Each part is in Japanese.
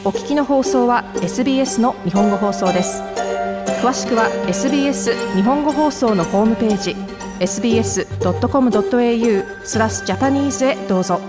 お聞きの放送は SBS の日本語放送です。詳しくは SBS 日本語放送のホームページ sbs.com.au/Japanese へどうぞ。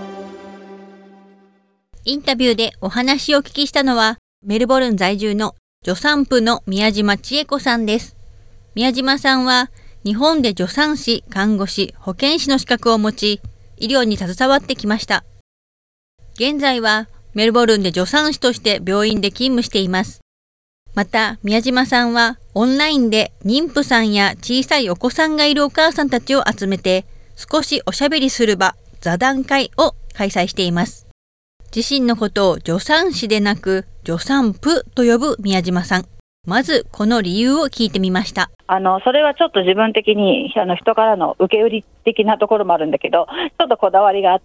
インタビューでお話をお聞きしたのはメルボルン在住の助産婦の宮島千恵子さんです。宮島さんは日本で助産師、看護師、保健師の資格を持ち、医療に携わってきました。現在はメルボルンで助産師として病院で勤務しています。また宮島さんはオンラインで妊婦さんや小さいお子さんがいるお母さんたちを集めて少しおしゃべりする場、座談会を開催しています。自身のことを助産師でなく助産婦と呼ぶ宮島さん。まずこの理由を聞いてみました。 それはちょっと自分的に人からの受け売り的なところもあるんだけど、ちょっとこだわりがあって、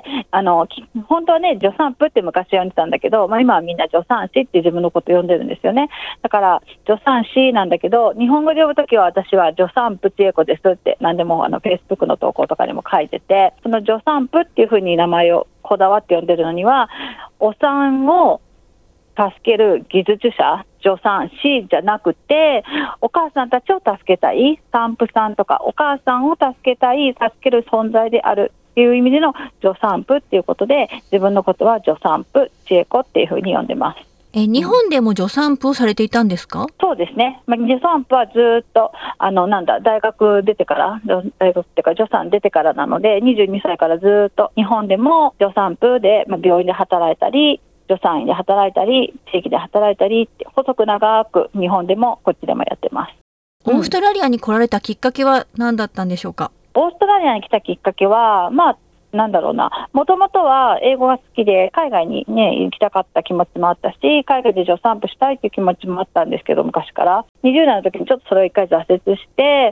本当はね助産婦って昔呼んでたんだけど、今はみんな助産師って自分のこと呼んでるんですよね。だから助産師なんだけど、日本語で呼ぶときは私は助産婦千恵子ですって何でもFacebook の投稿とかにも書いてて、その助産婦っていうふうに名前をこだわって呼んでるのには、お産を助ける技術者、助産師じゃなくて、お母さんたちを助けたい産婦さんとかお母さんを助けたい、助ける存在であるっていう意味での助産婦っていうことで、自分のことは助産婦千恵子っていうふうに呼んでます。 日本でも助産婦をされていたんですか？ そうですね、助産婦はずっと大学出てから、大学っていうか助産出てからなので、22歳からずっと日本でも助産婦で、病院で働いたり助産院で働いたり地域で働いたりって細く長く日本でもこっちでもやってます。 オーストラリアに来られたきっかけは何だったんでしょうか？ オーストラリアに来たきっかけはもともとは英語が好きで海外にね行きたかった気持ちもあったし、海外で助産婦したいという気持ちもあったんですけど、昔から20代の時にちょっとそれを一回挫折して、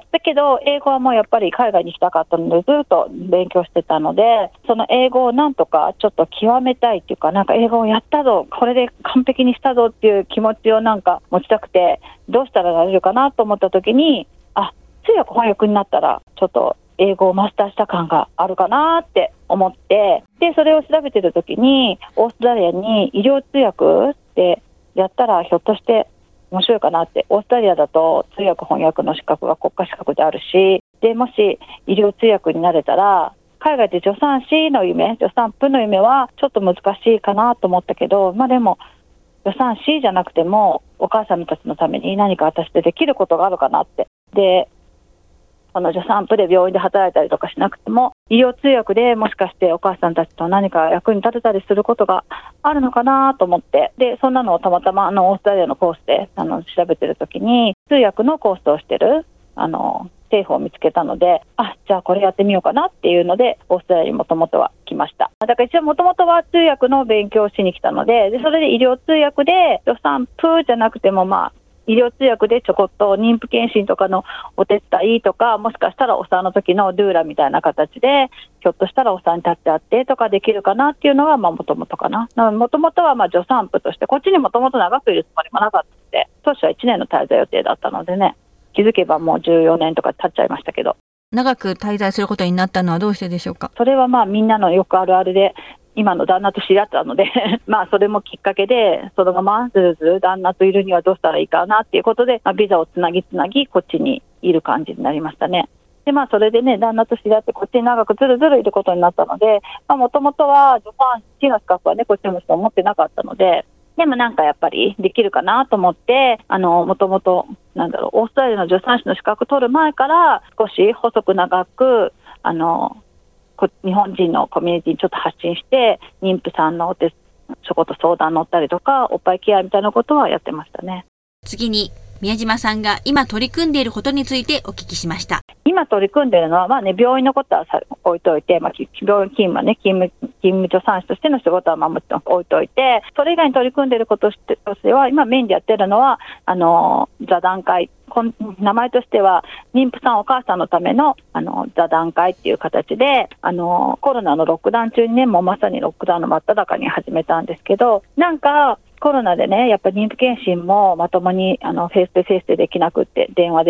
だけど英語はもうやっぱり海外に行きたかったのでずっと勉強してたので、その英語をなんとかちょっと極めたいっていうか、英語をやったぞ、これで完璧にしたぞっていう気持ちを持ちたくて、どうしたらなれるかなと思った時に、通訳翻訳になったらちょっと英語をマスターした感があるかなって思って、でそれを調べてる時にオーストラリアに医療通訳ってやったらひょっとして面白いかなって。オーストラリアだと通訳翻訳の資格が国家資格であるし、でもし医療通訳になれたら海外で助産師の夢、助産婦の夢はちょっと難しいかなと思ったけど、でも助産師じゃなくてもお母さんたちのために何か私でできることがあるかなって。でその助産婦で病院で働いたりとかしなくても、医療通訳でもしかしてお母さんたちと何か役に立てたりすることがあるのかなと思って、でそんなのをたまたまオーストラリアのコースで調べてるときに通訳のコースをしてる政府を見つけたので、じゃあこれやってみようかなっていうのでオーストラリアにもともとは来ました。だから一応もともとは通訳の勉強をしに来たので、それで医療通訳で助産婦じゃなくても医療通訳でちょこっと妊婦検診とかのお手伝いとか、もしかしたらお産の時のドゥーラみたいな形でひょっとしたらお産に立ってあってとかできるかなっていうのがもともとかな。もともとは助産婦としてこっちにもともと長くいるつもりもなかったので、当初は1年の滞在予定だったのでね、気づけばもう14年とか経っちゃいましたけど。 長く滞在することになったのはどうしてでしょうか？ それはみんなのよくあるあるで、今の旦那と知り合ったのでそれもきっかけで、そのままずるずる旦那といるにはどうしたらいいかなっていうことで、ビザをつなぎこっちにいる感じになりましたね。でそれでね、旦那と知り合ってこっちに長くずるずるいることになったので、もともとは助産師の資格はねこっちの人は持ってなかったので、でもやっぱりできるかなと思って、もともとオーストラリアの助産師の資格取る前から少し細く長く日本人のコミュニティにちょっと発信して、妊婦さんのちょこっと相談乗ったりとかおっぱいケアみたいなことはやってましたね。 次に宮島さんが今取り組んでいることについてお聞きしました。 今取り組んでいるのは、病院のことは置いといて、病院勤務はね勤務助産師としての仕事はもちろん置いといて、それ以外に取り組んでいることとしては、今メインでやってるのは座談会、名前としては妊婦さんお母さんのための座談会っていう形で、コロナのロックダウン中にね、もうまさにロックダウンの真っ只中に始めたんですけど、コロナでねやっぱり妊婦検診もまともにフェイスとフェイスでできなくって、電話で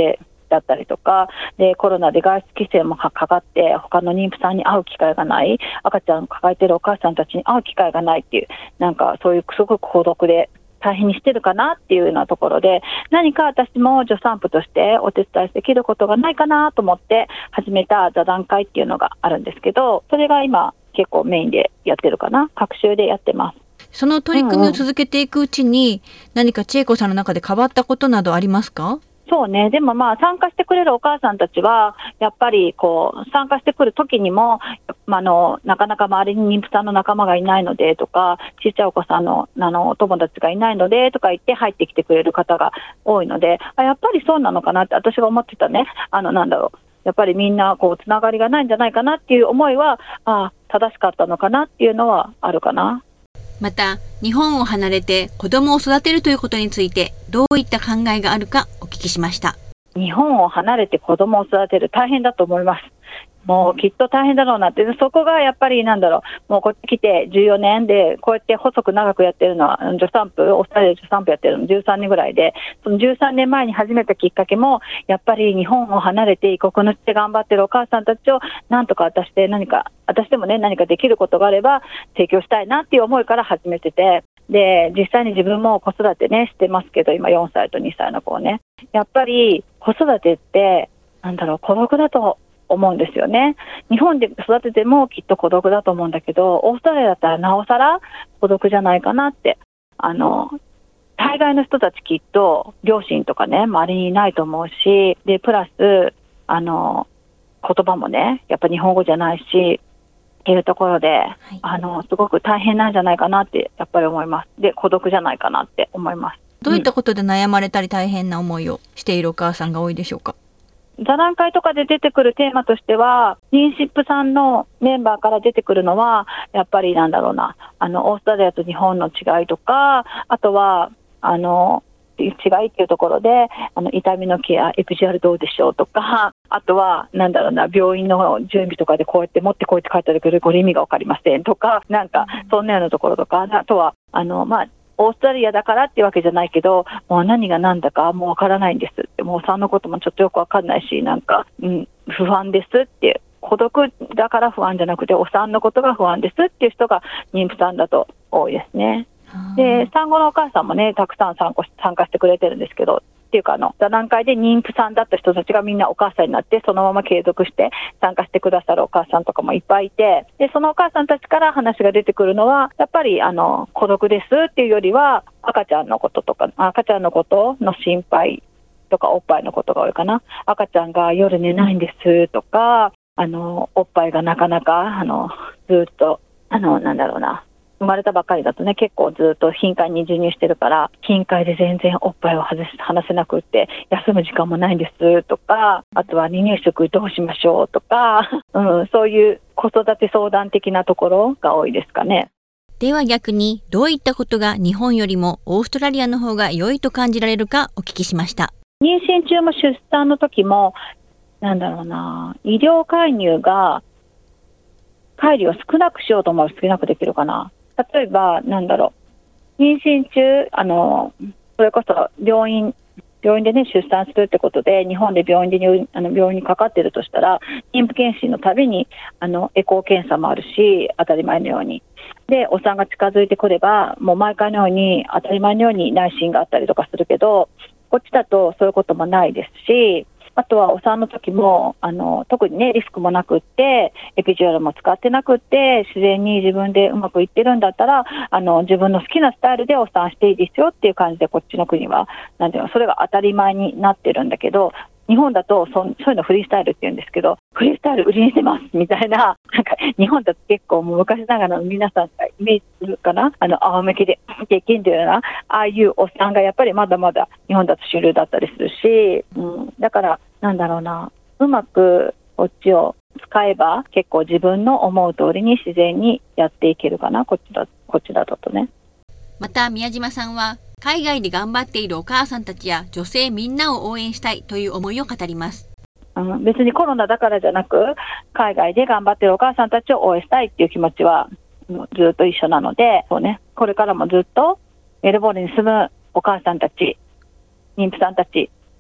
だったりとかで、コロナで外出規制もかかって他の妊婦さんに会う機会がない、赤ちゃんを抱えているお母さんたちに会う機会がないっていう、なんかそういうすごく孤独で大変にしてるかなっていうようなところで、何か私も助産婦としてお手伝いできることがないかなと思って始めた座談会っていうのがあるんですけど、それが今結構メインでやってるかな、隔週でやってます。 その取り組みを続けていくうちに、何か千恵子さんの中で変わったことなどありますか？ そうね、でも参加してくれるお母さんたちはやっぱりこう参加してくる時にも、なかなか周りに妊婦さんの仲間がいないのでとか、小さいお子さんのお友達がいないのでとか言って入ってきてくれる方が多いので、やっぱりそうなのかなって私が思ってたね。やっぱりみんなこうつながりがないんじゃないかなっていう思いは正しかったのかなっていうのはあるかな。 また、日本を離れて子供を育てるということについてどういった考えがあるかお聞きしました。 日本を離れて子供を育てる大変だと思います。もうきっと大変だろうなって、そこがやっぱりもうこっち来て14年でこうやって細く長くやってるのはオーストラリアで助産婦やってるの13年ぐらいで、その13年前に始めたきっかけもやっぱり日本を離れて異国の地で頑張ってるお母さんたちをなんとか私でもね何かできることがあれば提供したいなっていう思いから始めてて、で実際に自分も子育てねしてますけど、今4歳と2歳の子をね、やっぱり子育てって孤独だと思うんですよね。日本で育ててもきっと孤独だと思うんだけど、オーストラリアだったらなおさら孤独じゃないかなって。大概の人たちきっと両親とかね周りにいないと思うし、でプラス言葉もねやっぱ日本語じゃないしっていうところで、すごく大変なんじゃないかなってやっぱり思います。で孤独じゃないかなって思います。 どういったことで悩まれたり大変な思いをしているお母さんが多いでしょうか？ 座談会とかで出てくるテーマとしては、妊娠婦さんのメンバーから出てくるのはやっぱりオーストラリアと日本の違いとか、あとは違いっていうところで痛みのケア、エピジュアルどうでしょうとか、あとは病院の準備とかでこうやって持ってこいって書いてあるけどこれ意味が分かりませんとか、そんなようなところとか、あとはオーストラリアだからっていうわけじゃないけど、もう何が何だかもうわからないんですって、もうお産のこともちょっとよくわかんないし、不安ですっていう、孤独だから不安じゃなくてお産のことが不安ですっていう人が妊婦さんだと多いですね。で産後のお母さんもねたくさん参加してくれてるんですけど、っていうか座談会で妊婦さんだった人たちがみんなお母さんになってそのまま継続して参加してくださるお母さんとかもいっぱいいて、でそのお母さんたちから話が出てくるのはやっぱり孤独ですっていうよりは赤ちゃんのことの心配とかおっぱいのことが多いかな。赤ちゃんが夜寝ないんですとか、おっぱいがなかなかずっと生まれたばっかりだとね結構ずっと頻繁に授乳してるから頻回で全然おっぱいを離せなくって休む時間もないんですとか、あとは離乳食どうしましょうとか、そういう子育て相談的なところが多いですかね。 では逆にどういったことが日本よりもオーストラリアの方が良いと感じられるかお聞きしました。 妊娠中も出産の時も医療介入が介入を少なくしようと思う少なくできるかな。例えば妊娠中それこそ病院でね出産するってことで日本で病院にかかってるとしたら妊婦検診のたびにエコー検査もあるし当たり前のようにでお産が近づいてくればもう毎回のように当たり前のように内診があったりとかするけど、こっちだとそういうこともないですし、あとはお産の時も特にねリスクもなくってエピジュアルも使ってなくって自然に自分でうまくいってるんだったら自分の好きなスタイルでお産していいですよっていう感じでこっちの国はそれが当たり前になってるんだけど、日本だとそういうのフリースタイルって言うんですけど、フリースタイル売りにしてますみたいな、日本だと結構もう昔ながらの皆さんがイメージするかな、仰向けでできんというようなああいうお産がやっぱりまだまだ日本だと主流だったりするし、だからうまくこっちを使えば結構自分の思う通りに自然にやっていけるかな、こっちだとね。 また宮島さんは海外で頑張っているお母さんたちや女性みんなを応援したいという思いを語ります。 別にコロナだからじゃなく海外で頑張っているお母さんたちを応援したいっていう気持ちはずっと一緒なので、これからもずっとメルボルンに住むお母さんたち、妊婦さんたち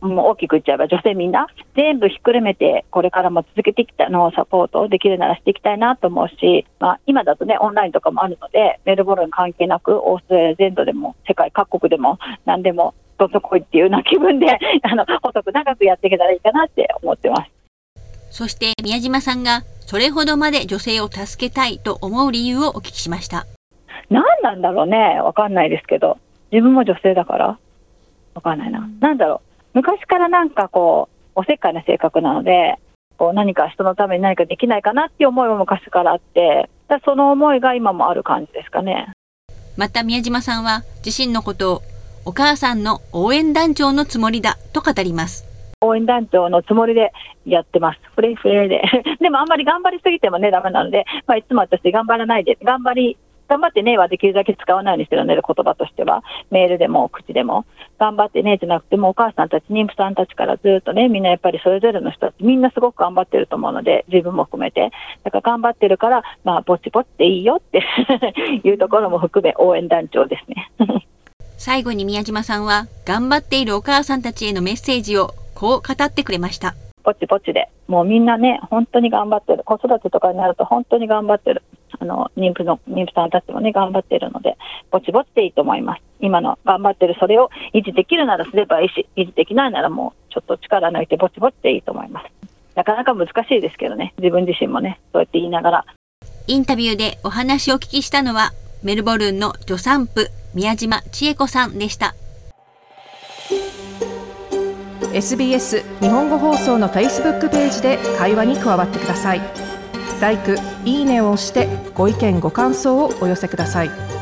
もう大きく言っちゃえば女性みんな全部ひっくるめてこれからも続けてきたのをサポートできるならしていきたいなと思うし、今だとねオンラインとかもあるのでメルボルン関係なくオーストラリア全土でも世界各国でも何でもどんとこいっていうような気分で細く長くやっていけたらいいかなって思ってます。 そして宮島さんがそれほどまで女性を助けたいと思う理由をお聞きしました。 何なんだろうね、わかんないですけど、自分も女性だからわかんないな。なんだろう、昔からなんかこうおせっかいな性格なので、こう何か人のために何かできないかなっていう思いも昔からあって、その思いが今もある感じですかね。 また宮島さんは自身のことをお母さんの応援団長のつもりだと語ります。 応援団長のつもりでやってます。フレフレででもあんまり頑張りすぎてもねダメなので、いつも私頑張らないで頑張ってねはできるだけ使わないようにしてるので、言葉としてはメールでも口でも頑張ってねじゃなくて、もお母さんたち妊婦さんたちからずっとね、みんなやっぱりそれぞれの人たちみんなすごく頑張ってると思うので、自分も含めてだから頑張ってるから、ぼちぼちでいいよっていうところも含め応援団長ですね最後に宮島さんは頑張っているお母さんたちへのメッセージをこう語ってくれました。 ぼちぼちで、もうみんなね本当に頑張ってる。子育てとかになると本当に頑張ってる。妊婦さんたちもね頑張ってるので、ぼちぼちでいいと思います。今の頑張ってるそれを維持できるならすればいいし、維持できないならもうちょっと力抜いてぼちぼちでいいと思います。なかなか難しいですけどね、自分自身もねそうやって言いながら。 インタビューでお話をお聞きしたのはメルボルンの助産婦宮島千恵子さんでした。 SBS 日本語放送の Facebook ページで会話に加わってください。LIKE、いいねを押してご意見ご感想をお寄せください。